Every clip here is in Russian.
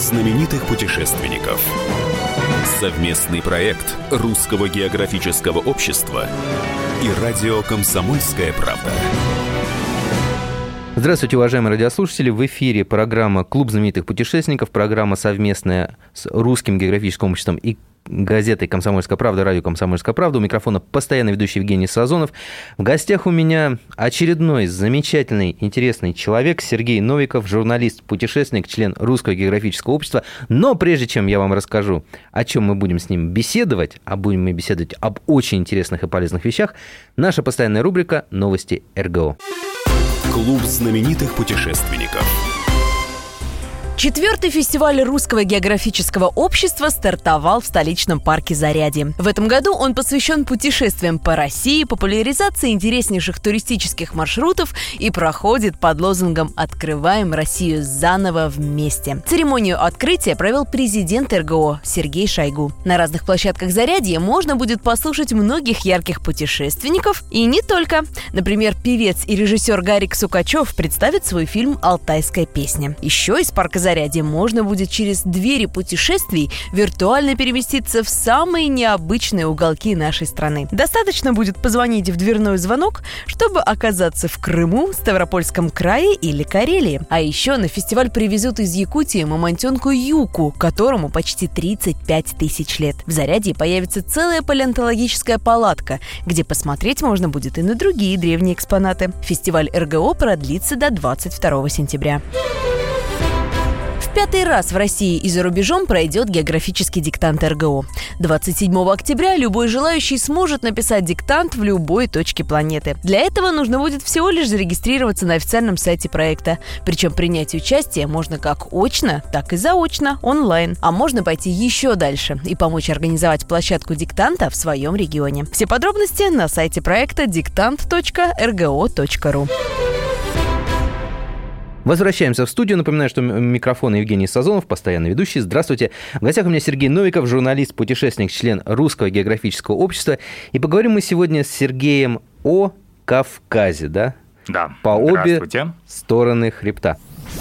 знаменитых путешественников. Совместный проект Русского географического общества и радио «Комсомольская правда». Здравствуйте, уважаемые радиослушатели. В эфире программа «Клуб знаменитых путешественников», программа совместная с Русским географическим обществом и газетой «Комсомольская правда», радио «Комсомольская правда». У микрофона постоянно ведущий Евгений Сазонов. В гостях у меня очередной замечательный, интересный человек Сергей Новиков, журналист, путешественник, член Русского географического общества. Но прежде чем я вам расскажу, о чем мы будем с ним беседовать, а будем мы беседовать об очень интересных и полезных вещах, наша постоянная рубрика «Новости РГО». Клуб знаменитых путешественников. 4-й фестиваль Русского географического общества стартовал в столичном парке Зарядье. В этом году он посвящен путешествиям по России, популяризации интереснейших туристических маршрутов и проходит под лозунгом «Открываем Россию заново вместе». Церемонию открытия провел президент РГО Сергей Шойгу. На разных площадках Зарядья можно будет послушать многих ярких путешественников и не только. Например, певец и режиссер Гарик Сукачев представит свой фильм «Алтайская песня». Еще из парка Зарядье можно будет через двери путешествий виртуально переместиться в самые необычные уголки нашей страны. Достаточно будет позвонить в дверной звонок, чтобы оказаться в Крыму, Ставропольском крае или Карелии. А еще на фестиваль привезут из Якутии мамонтенку Юку, которому почти 35 тысяч лет. В Зарядье появится целая палеонтологическая палатка, где посмотреть можно будет и на другие древние экспонаты. Фестиваль РГО продлится до 22 сентября. В 5-й раз в России и за рубежом пройдет географический диктант РГО. 27 октября любой желающий сможет написать диктант в любой точке планеты. Для этого нужно будет всего лишь зарегистрироваться на официальном сайте проекта. Причем принять участие можно как очно, так и заочно, онлайн. А можно пойти еще дальше и помочь организовать площадку диктанта в своем регионе. Все подробности на сайте проекта diктант.rgo.ru. Возвращаемся в студию. Напоминаю, что микрофон Евгений Сазонов, постоянно ведущий. Здравствуйте. В гостях у меня Сергей Новиков, журналист, путешественник, член Русского географического общества. И поговорим мы сегодня с Сергеем о Кавказе, да? Да. По обе стороны хребта.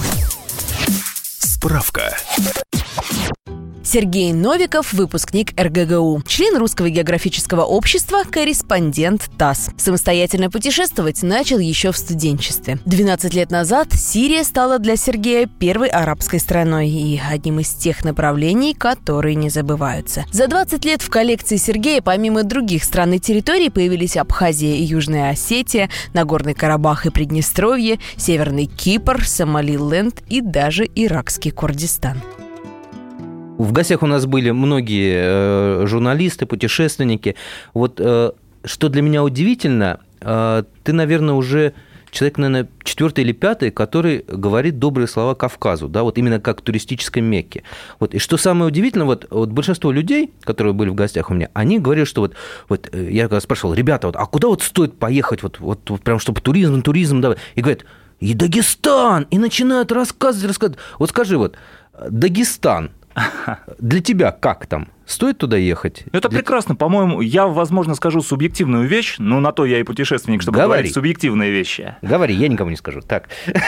Справка. Сергей Новиков – выпускник РГГУ, член Русского географического общества, корреспондент ТАСС. Самостоятельно путешествовать начал еще в студенчестве. 12 лет назад Сирия стала для Сергея первой арабской страной и одним из тех направлений, которые не забываются. За 20 лет в коллекции Сергея помимо других стран и территорий появились Абхазия и Южная Осетия, Нагорный Карабах и Приднестровье, Северный Кипр, Сомалиленд и даже иракский Курдистан. В гостях у нас были многие журналисты, путешественники. Вот что для меня удивительно, ты, наверное, уже человек, наверное, 4-й или 5-й, который говорит добрые слова Кавказу, да, вот именно как туристической Мекке. Вот, и что самое удивительное, вот большинство людей, которые были в гостях у меня, они говорили, что вот я когда спрашивал, ребята, а куда вот стоит поехать, вот прям чтобы туризм, да, и говорят, и Дагестан, и начинают рассказывать. Вот скажи, Дагестан, для тебя как там? Стоит туда ехать? Это прекрасно. По-моему, я, возможно, скажу субъективную вещь, но на то я и путешественник, чтобы говорить субъективные вещи. Говори, я никому не скажу. Так.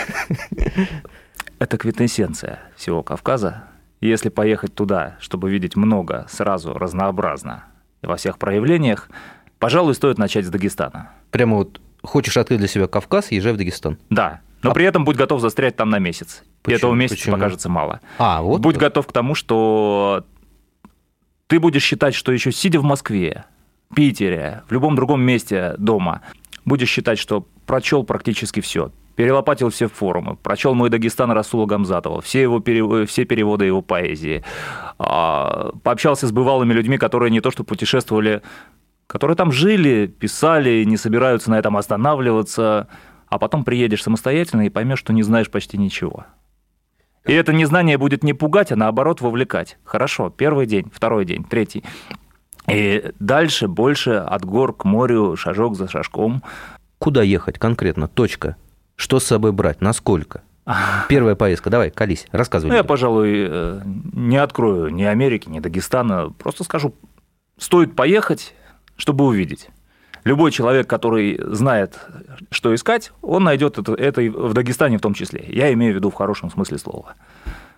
Это квинтэссенция всего Кавказа. Если поехать туда, чтобы видеть много, сразу, разнообразно, во всех проявлениях, пожалуй, стоит начать с Дагестана. Прямо вот хочешь открыть для себя Кавказ, езжай в Дагестан. Да. Но при этом будь готов застрять там на месяц. Почему? И этого месяца покажется мало. Будь готов к тому, что ты будешь считать, что еще сидя в Москве, Питере, в любом другом месте дома, будешь считать, что прочел практически все, перелопатил все форумы, прочел «Мой Дагестан» Расула Гамзатова, все переводы его поэзии, пообщался с бывалыми людьми, которые не то что путешествовали, которые там жили, писали, не собираются на этом останавливаться. А потом приедешь самостоятельно и поймешь, что не знаешь почти ничего. И это незнание будет не пугать, а наоборот вовлекать. Хорошо, 1-й день, 2-й день, 3-й. И дальше больше от гор к морю, шажок за шажком. Куда ехать конкретно? Точка. Что с собой брать? Насколько? Первая поездка. Давай, колись, рассказывай. Я, пожалуй, не открою ни Америки, ни Дагестана. Просто скажу, стоит поехать, чтобы увидеть. Любой человек, который знает, что искать, он найдет это в Дагестане в том числе. Я имею в виду в хорошем смысле слова.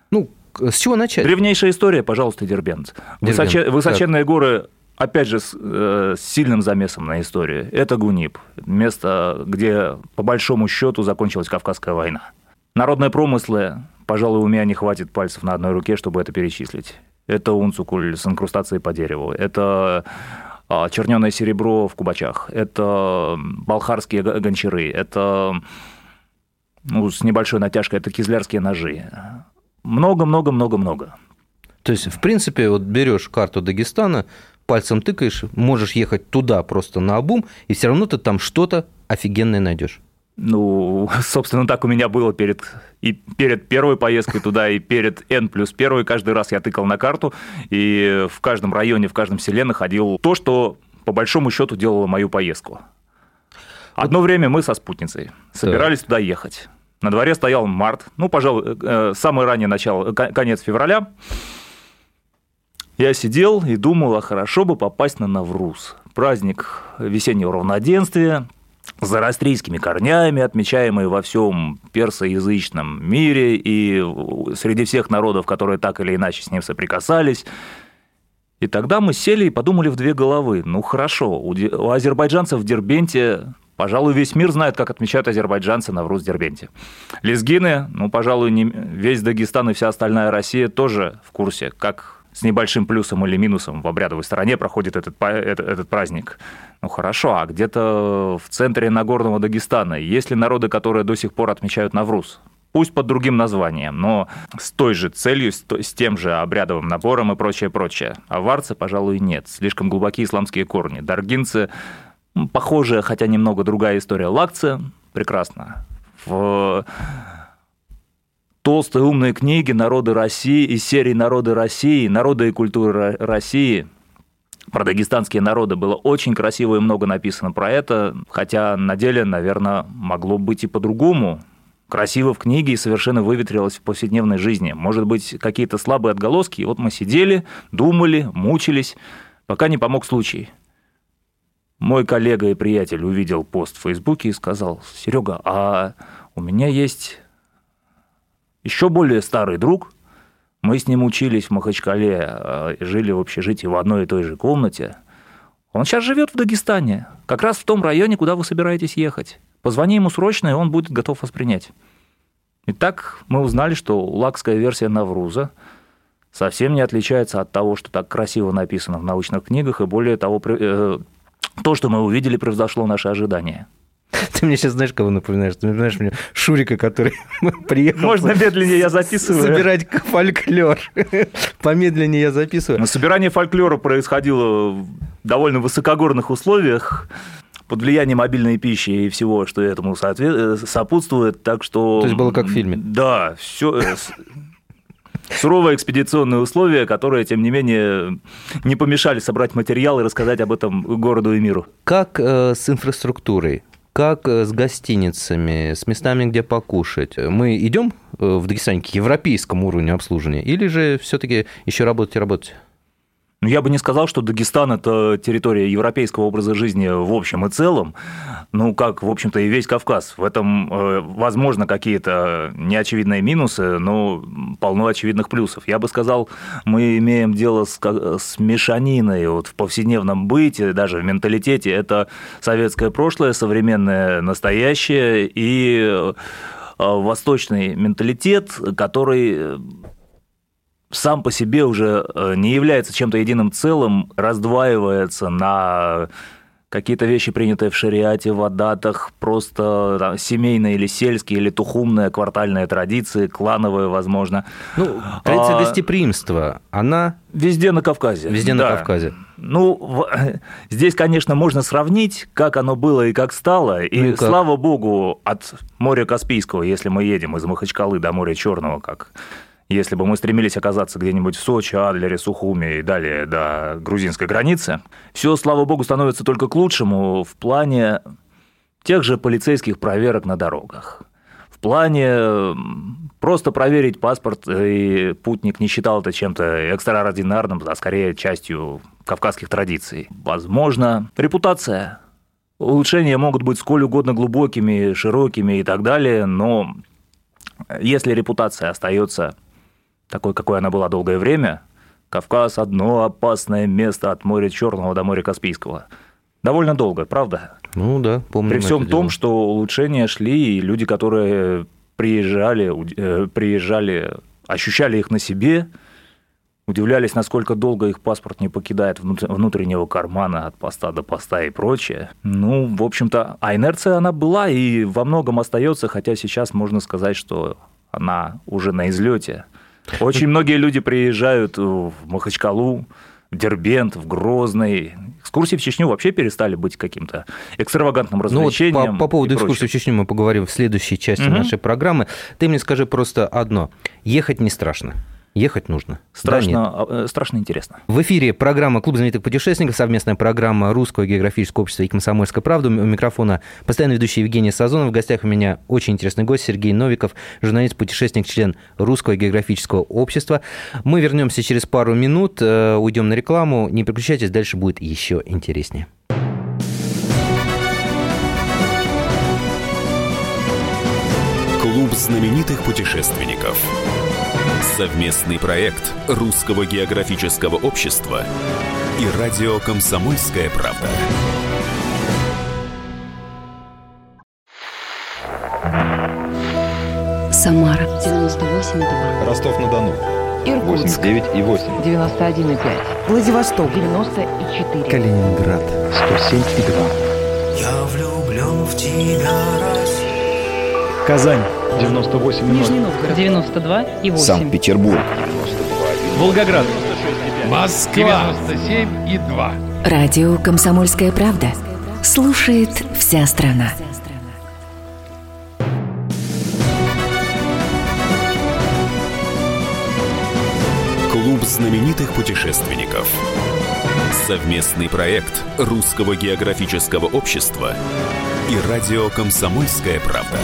С чего начать? Древнейшая история, пожалуйста, Дербент. Высоченные горы, опять же, с сильным замесом на историю. Это Гунип, место, где, по большому счету, закончилась Кавказская война. Народные промыслы, пожалуй, у меня не хватит пальцев на одной руке, чтобы это перечислить. Это унцукуль с инкрустацией по дереву, это черненое серебро в Кубачах, это балхарские гончары, это, с небольшой натяжкой, это кизлярские ножи. Много-много-много-много. То есть, в принципе, вот берешь карту Дагестана, пальцем тыкаешь, можешь ехать туда просто наобум, и все равно ты там что-то офигенное найдешь. Собственно, так у меня было перед первой поездкой туда, и перед N+1. Каждый раз я тыкал на карту, и в каждом районе, в каждом селе находил то, что, по большому счету, делало мою поездку. Одно время мы со спутницей собирались туда ехать. На дворе стоял март, пожалуй, самое раннее начало, конец февраля. Я сидел и думал, хорошо бы попасть на Навруз. Праздник весеннего равноденствия, с зороастрийскими корнями, отмечаемый во всем персоязычном мире и среди всех народов, которые так или иначе с ним соприкасались. И тогда мы сели и подумали в две головы. Хорошо, у азербайджанцев в Дербенте, пожалуй, весь мир знает, как отмечают азербайджанцы Навруз в Дербенте. Лезгины, пожалуй, весь Дагестан и вся остальная Россия тоже в курсе, как с небольшим плюсом или минусом в обрядовой стороне проходит этот праздник. Хорошо, а где-то в центре Нагорного Дагестана есть ли народы, которые до сих пор отмечают Навруз? Пусть под другим названием, но с той же целью, с тем же обрядовым набором и прочее. Аварцы, пожалуй, нет. Слишком глубокие исламские корни. Даргинцы, похожая, хотя немного другая история. Лакцы, прекрасно. В толстые умные книги «Народы России» из серии «Народы России», «Народы и культуры России». Про дагестанские народы было очень красиво и много написано про это, хотя на деле, наверное, могло быть и по-другому. Красиво в книге и совершенно выветрилось в повседневной жизни. Может быть, какие-то слабые отголоски, и вот мы сидели, думали, мучились, пока не помог случай. Мой коллега и приятель увидел пост в Фейсбуке и сказал: «Серега, а у меня есть еще более старый друг, мы с ним учились в Махачкале, жили в общежитии в одной и той же комнате. Он сейчас живет в Дагестане, как раз в том районе, куда вы собираетесь ехать. Позвони ему срочно, и он будет готов вас принять». И так мы узнали, что лакская версия Навруза совсем не отличается от того, что так красиво написано в научных книгах, и более того, то, что мы увидели, превзошло наши ожидания. Ты мне сейчас знаешь, кого напоминаешь? Ты напоминаешь мне Шурика, который приехал... Можно медленнее, я записываю. Собирать фольклор. Помедленнее я записываю. Но собирание фольклора происходило в довольно высокогорных условиях, под влиянием обильной пищи и всего, что этому сопутствует, так что... То есть было как в фильме? Да, все... Суровые экспедиционные условия, которые, тем не менее, не помешали собрать материал и рассказать об этом городу и миру. Как с инфраструктурой? Как с гостиницами, с местами, где покушать? Мы идем в Дагестане к европейскому уровню обслуживания или же все-таки еще работать? Я бы не сказал, что Дагестан – это территория европейского образа жизни в общем и целом, как, в общем-то, и весь Кавказ. В этом, возможно, какие-то неочевидные минусы, но полно очевидных плюсов. Я бы сказал, мы имеем дело с мешаниной в повседневном быте, даже в менталитете. Это советское прошлое, современное настоящее и восточный менталитет, который... сам по себе уже не является чем-то единым целым, раздваивается на какие-то вещи, принятые в шариате, в адатах, просто семейные или сельские, или тухумные, квартальные традиции, клановые, возможно. Традиция гостеприимства, она... Везде на Кавказе. Везде на Кавказе. Здесь, конечно, можно сравнить, как оно было и как стало. И, слава богу, от моря Каспийского, если мы едем из Махачкалы до моря Черного, как... Если бы мы стремились оказаться где-нибудь в Сочи, Адлере, Сухуме и далее до грузинской границы, все, слава богу, становится только к лучшему в плане тех же полицейских проверок на дорогах. В плане просто проверить паспорт, и путник не считал это чем-то экстраординарным, а скорее частью кавказских традиций. Возможно, репутация. Улучшения могут быть сколь угодно глубокими, широкими и так далее, но если репутация остается такой, какой она была долгое время, Кавказ – одно опасное место от моря Черного до моря Каспийского. Довольно долго, правда? Ну да, помню. При всем том, что улучшения шли, и люди, которые приезжали, ощущали их на себе, удивлялись, насколько долго их паспорт не покидает внутреннего кармана от поста до поста и прочее. Ну, в общем-то, а инерция она была и во многом остается, хотя сейчас можно сказать, что она уже на излете. Очень многие люди приезжают в Махачкалу, в Дербент, в Грозный. Экскурсии в Чечню вообще перестали быть каким-то экстравагантным развлечением. Ну, вот по поводу экскурсии в Чечню мы поговорим в следующей части нашей программы. Ты мне скажи просто одно. Ехать не страшно. Ехать нужно. Страшно интересно. В эфире программа «Клуб знаменитых путешественников», совместная программа Русского географического общества и «Комсомольской правды». У микрофона постоянно ведущий Евгений Сазонов. В гостях у меня очень интересный гость Сергей Новиков, журналист, путешественник, член Русского географического общества. Мы вернемся через пару минут, уйдем на рекламу. Не переключайтесь, дальше будет еще интереснее. Клуб знаменитых путешественников. Совместный проект Русского географического общества и радио «Комсомольская правда». Самара 98,2. Ростов-на-Дону. Иркутск 89,8. 91,5. Владивосток 94. Калининград 107,2. Я влюблен в тебя, Россия. Казань 98,0. Нижний Новгород 92,8. Санкт-Петербург 92,1. Волгоград 96,5. Москва 97,2. Радио «Комсомольская правда». Слушает вся страна. Клуб знаменитых путешественников. Совместный проект Русского географического общества и радио «Комсомольская правда».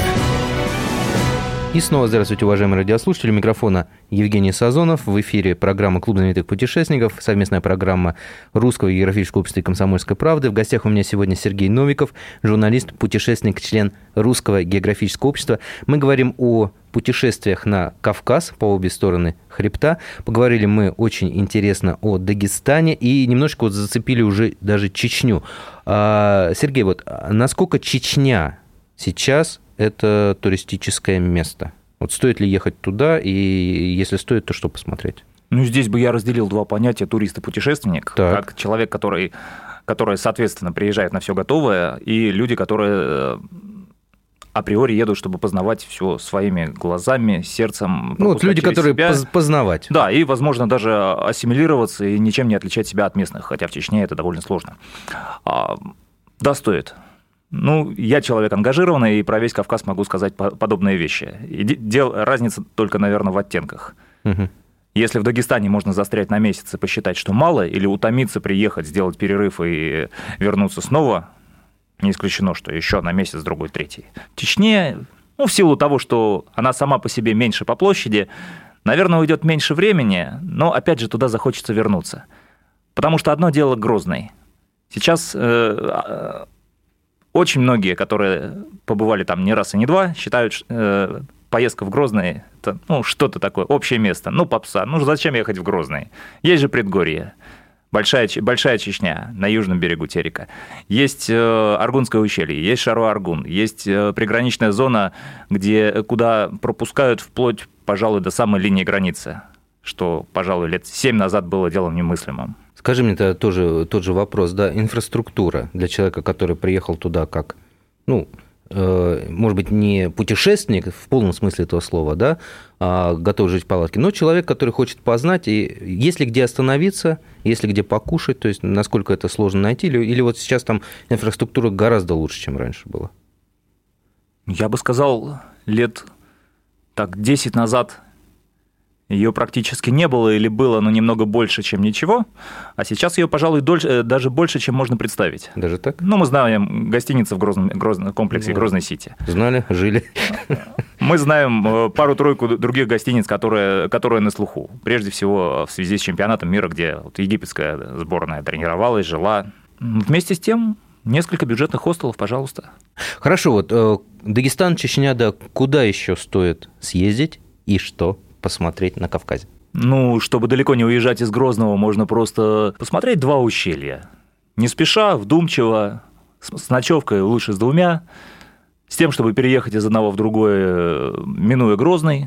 И снова здравствуйте, уважаемые радиослушатели. У микрофона Евгений Сазонов. В эфире программа «Клуб знаменитых путешественников», совместная программа Русского географического общества и «Комсомольской правды». В гостях у меня сегодня Сергей Новиков, журналист, путешественник, член Русского географического общества. Мы говорим о путешествиях на Кавказ по обе стороны хребта. Поговорили мы очень интересно о Дагестане и немножко вот зацепили уже даже Чечню. Сергей, вот насколько Чечня сейчас это туристическое место? Вот стоит ли ехать туда, и если стоит, то что посмотреть? Ну, здесь бы я разделил два понятия: турист и путешественник. Так. Как человек, который, соответственно, приезжает на все готовое, и люди, которые априори едут, чтобы познавать все своими глазами, сердцем. Ну, вот люди, которые познавать. Да, и, возможно, даже ассимилироваться и ничем не отличать себя от местных, хотя в Чечне это довольно сложно. Да, стоит. Ну, я человек ангажированный, и про весь Кавказ могу сказать подобные вещи. Разница только, наверное, в оттенках. Угу. Если в Дагестане можно застрять на месяц и посчитать, что мало, или утомиться, приехать, сделать перерыв и вернуться снова, не исключено, что еще на месяц, другой, третий. В Чечне, ну, в силу того, что она сама по себе меньше по площади, наверное, уйдет меньше времени, но, опять же, туда захочется вернуться. Потому что одно дело Грозный. Сейчас очень многие, которые побывали там не раз и не два, считают, поездка в Грозный – это что-то такое, общее место. Ну, попса, зачем ехать в Грозный? Есть же предгорье, большая Чечня на южном берегу Терека. Есть Аргунское ущелье, есть Шаруа-Аргун, есть приграничная зона, куда пропускают вплоть, пожалуй, до самой линии границы, что, пожалуй, лет 7 назад было делом немыслимым. Скажи мне тогда тоже тот же вопрос, да, инфраструктура для человека, который приехал туда как, может быть, не путешественник в полном смысле этого слова, да, а готов жить в палатке, но человек, который хочет познать, и есть ли где остановиться, есть ли где покушать, то есть насколько это сложно найти, или вот сейчас там инфраструктура гораздо лучше, чем раньше была? Я бы сказал, лет 10 назад ее практически не было или было, но немного больше, чем ничего, а сейчас ее, пожалуй, даже больше, чем можно представить. Даже так? Мы знаем гостиницы в Грозном комплексе Грозный-Сити. Знали, жили. Мы знаем пару-тройку других гостиниц, которые на слуху. Прежде всего в связи с чемпионатом мира, где египетская сборная тренировалась, жила. Вместе с тем, несколько бюджетных хостелов, пожалуйста. Хорошо, вот Дагестан, Чечня, да, куда еще стоит съездить и что? посмотреть на Кавказе? Ну, чтобы далеко не уезжать из Грозного, можно просто посмотреть 2 ущелья. Не спеша, вдумчиво, с ночевкой, лучше с 2, с тем, чтобы переехать из одного в другое, минуя Грозный.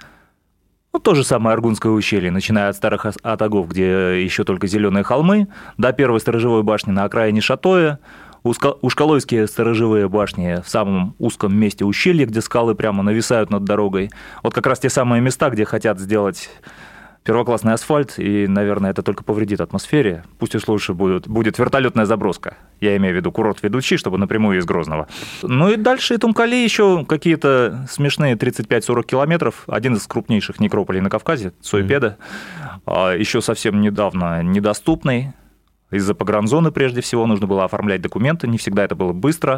Ну, то же самое Аргунское ущелье, начиная от Старых Атагов, где еще только зеленые холмы, до первой сторожевой башни на окраине Шатоя, Ушкалойские сторожевые башни в самом узком месте ущелья, где скалы прямо нависают над дорогой. Вот как раз те самые места, где хотят сделать первоклассный асфальт, и, наверное, это только повредит атмосфере. Пусть уж лучше будет вертолетная заброска. Я имею в виду курорт ведущий, чтобы напрямую из Грозного. Ну и дальше Итумкали еще какие-то смешные 35-40 километров. Один из крупнейших некрополей на Кавказе, Цойпеда, еще совсем недавно недоступный. Из-за погранзоны, прежде всего, нужно было оформлять документы, не всегда это было быстро.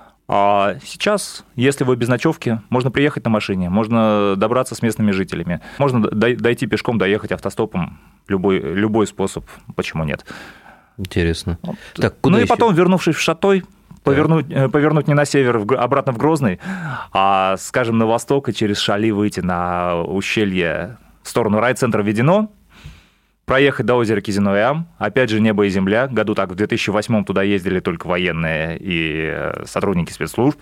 А сейчас, если вы без ночевки, можно приехать на машине, можно добраться с местными жителями, можно дойти пешком, доехать автостопом, любой способ, почему нет. Интересно. Вот. Так, куда еще? И потом, вернувшись в Шатой, повернуть не на север, обратно в Грозный, а, скажем, на восток и через Шали выйти на ущелье в сторону райцентра Ведено, проехать до озера Кизино-Ям, опять же, небо и земля. Году так в 2008-м туда ездили только военные и сотрудники спецслужб.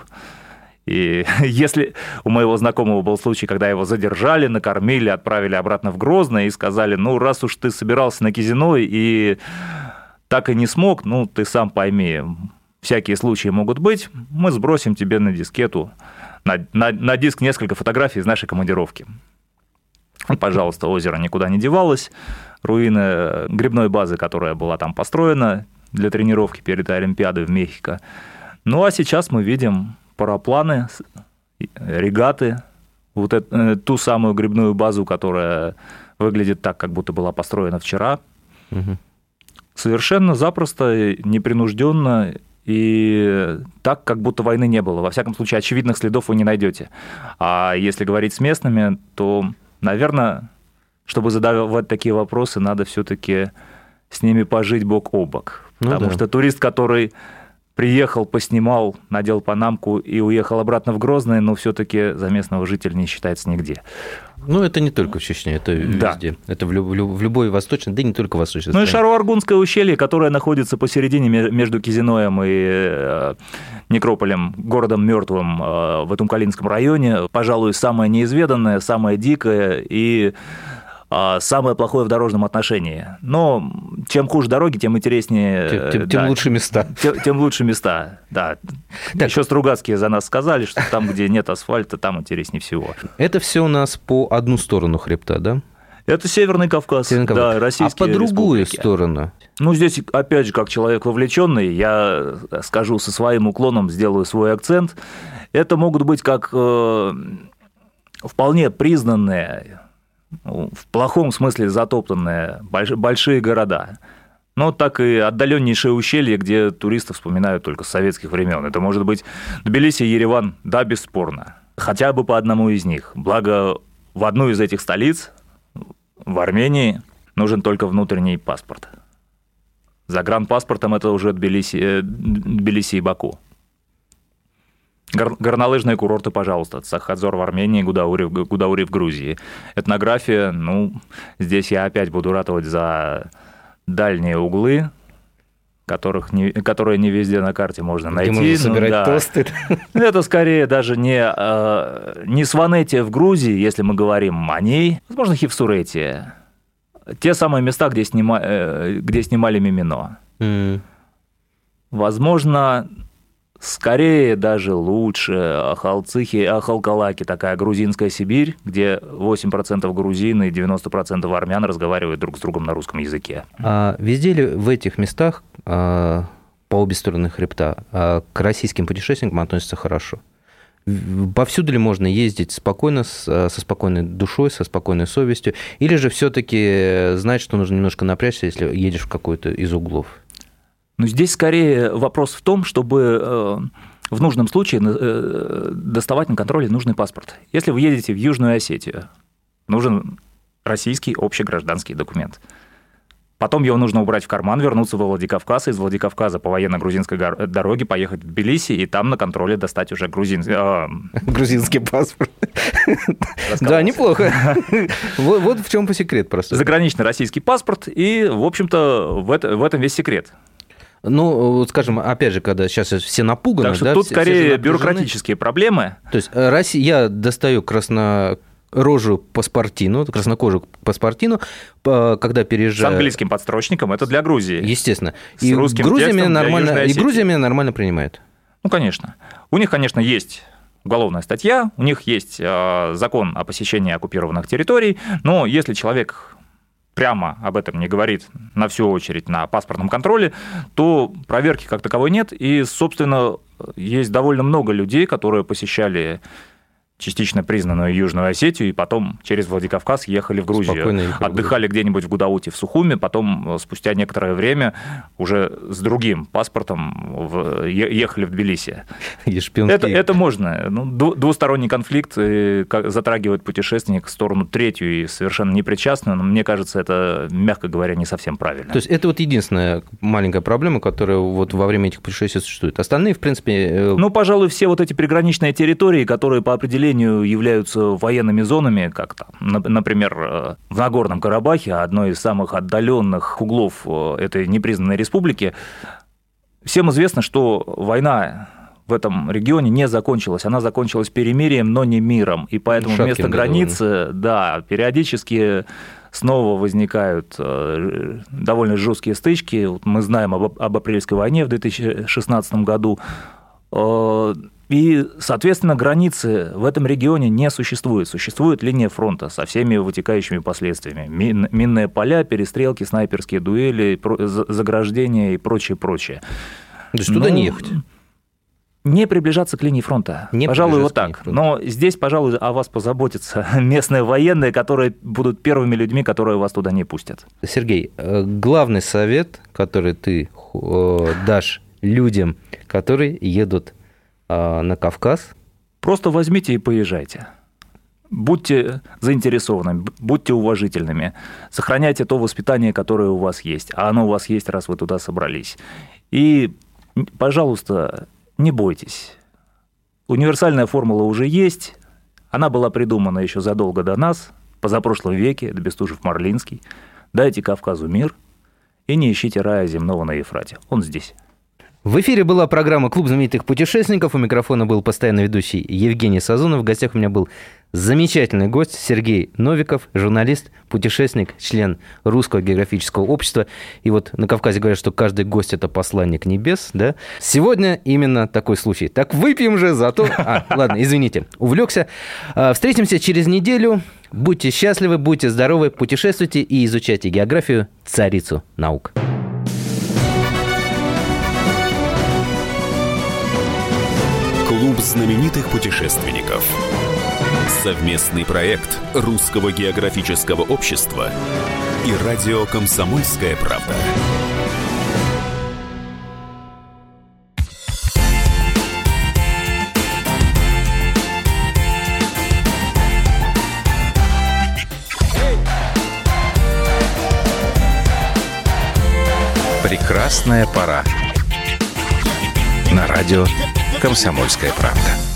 И если у моего знакомого был случай, когда его задержали, накормили, отправили обратно в Грозное и сказали, ну, раз уж ты собирался на Кизино и так и не смог, ну, ты сам пойми, всякие случаи могут быть, мы сбросим тебе на дискету, на диск несколько фотографий из нашей командировки. И, пожалуйста, озеро никуда не девалось, руины грибной базы, которая была там построена для тренировки перед Олимпиадой в Мехико. Ну, а сейчас мы видим парапланы, регаты, вот ту самую грибную базу, которая выглядит так, как будто была построена вчера. Угу. Совершенно запросто, непринужденно и так, как будто войны не было. Во всяком случае, очевидных следов вы не найдете. А если говорить с местными, то, наверное, чтобы задавать такие вопросы, надо все-таки с ними пожить бок о бок. Потому что турист, который приехал, поснимал, надел панамку и уехал обратно в Грозное, но все-таки за местного жителя не считается нигде. Ну, это не только в Чечне, это везде. Это в любой восточной, да и не только в восточной стране. Ну и Шаро-Аргунское ущелье, которое находится посередине между Кизиноем и некрополем, городом мертвым в Итумкалинском районе, пожалуй, самое неизведанное, самое дикое и самое плохое в дорожном отношении. Но чем хуже дороги, тем интереснее... Тем лучше места. Тем лучше места, да. Так. Еще Стругацкие за нас сказали, что там, где нет асфальта, там интереснее всего. Это все у нас по одну сторону хребта, да? Это Северный Кавказ, да, российские А по другую республики. Сторону? Ну, здесь, опять же, как человек вовлеченный, я скажу со своим уклоном, сделаю свой акцент. Это могут быть как вполне признанные, в плохом смысле затоптанные большие города, но так и отдаленнейшие ущелья, где туристов вспоминают только с советских времен. Это может быть Тбилиси и Ереван, да, бесспорно, хотя бы по одному из них. Благо, в одну из этих столиц, в Армении, нужен только внутренний паспорт. Загранпаспортом это уже Тбилиси и Баку. Горнолыжные курорты, пожалуйста. Сахадзор в Армении, Гудаури в Грузии. Этнография, ну, здесь я опять буду ратовать за дальние углы, которые не везде на карте можно найти. Где можно собирать тосты. Это скорее даже не Сванетия в Грузии, если мы говорим о ней. Возможно, Хивсуретия. Те самые места, где снимали Мимино. Возможно... Скорее даже лучше Ахалцихи, Ахалкалаки, такая грузинская Сибирь, где 8% грузин и 90% армян разговаривают друг с другом на русском языке. А везде ли в этих местах, по обе стороны хребта, к российским путешественникам относятся хорошо? Повсюду ли можно ездить спокойно, со спокойной душой, со спокойной совестью? Или же все-таки знать, что нужно немножко напрячься, если едешь в какой-то из углов? Но здесь скорее вопрос в том, чтобы в нужном случае доставать на контроле нужный паспорт. Если вы едете в Южную Осетию, нужен российский общегражданский документ. Потом его нужно убрать в карман, вернуться во Владикавказ, из Владикавказа по военно-грузинской дороге поехать в Тбилиси и там на контроле достать уже грузинский паспорт. Да, неплохо. Вот в чем по секрет просто. Заграничный российский паспорт, и, в общем-то, в этом весь секрет. Ну, скажем, опять же, когда сейчас все напуганы... Так что тут скорее бюрократические проблемы. То есть я достаю краснорожую паспортину, краснокожую паспортину, когда переезжаю... С английским подстрочником, это для Грузии. Естественно. И русским текстом для Южной Осетии. Грузия меня нормально принимает. Ну, конечно. У них, конечно, есть уголовная статья, у них есть закон о посещении оккупированных территорий, но если человек прямо об этом не говорит на всю очередь на паспортном контроле, то проверки как таковой нет. И, собственно, есть довольно много людей, которые посещали частично признанную Южную Осетию, и потом через Владикавказ ехали в Грузию. Отдыхали где-нибудь в Гудауте, в Сухуми, потом спустя некоторое время уже с другим паспортом ехали в Тбилиси. Это можно. Двусторонний конфликт затрагивает путешественник в сторону третью и совершенно непричастную, но мне кажется, это, мягко говоря, не совсем правильно. То есть это вот единственная маленькая проблема, которая вот во время этих путешествий существует. Остальные, в принципе... Пожалуй, все вот эти приграничные территории, которые по определению являются военными зонами, как там, например, в Нагорном Карабахе, одной из самых отдаленных углов этой непризнанной республики, всем известно, что война в этом регионе не закончилась. Она закончилась перемирием, но не миром. И поэтому вместо границы, периодически снова возникают довольно жесткие стычки. Мы знаем об апрельской войне в 2016 году. И, соответственно, границы в этом регионе не существует. Существует линия фронта со всеми вытекающими последствиями. Минные поля, перестрелки, снайперские дуэли, заграждения и прочее. То есть туда не ехать? Не приближаться к линии фронта. Пожалуй, вот так. Но здесь, пожалуй, о вас позаботятся местные военные, которые будут первыми людьми, которые вас туда не пустят. Сергей, главный совет, который ты дашь людям, которые едут на Кавказ? Просто возьмите и поезжайте. Будьте заинтересованными, будьте уважительными, сохраняйте то воспитание, которое у вас есть, а оно у вас есть, раз вы туда собрались. И, пожалуйста, не бойтесь. Универсальная формула уже есть, она была придумана еще задолго до нас, в позапрошлом веке, это Бестужев-Марлинский. Дайте Кавказу мир и не ищите рая земного на Ефрате, он здесь. В эфире была программа «Клуб знаменитых путешественников». У микрофона был постоянно ведущий Евгений Сазонов. В гостях у меня был замечательный гость Сергей Новиков, журналист, путешественник, член Русского географического общества. И вот на Кавказе говорят, что каждый гость – это посланник небес, да? Сегодня именно такой случай. Так выпьем же зато... Ладно, извините, увлекся. Встретимся через неделю. Будьте счастливы, будьте здоровы, путешествуйте и изучайте географию, царицу наук. Клуб знаменитых путешественников. Совместный проект Русского географического общества и радио «Комсомольская правда». Прекрасная пора. На радио «Комсомольская правда».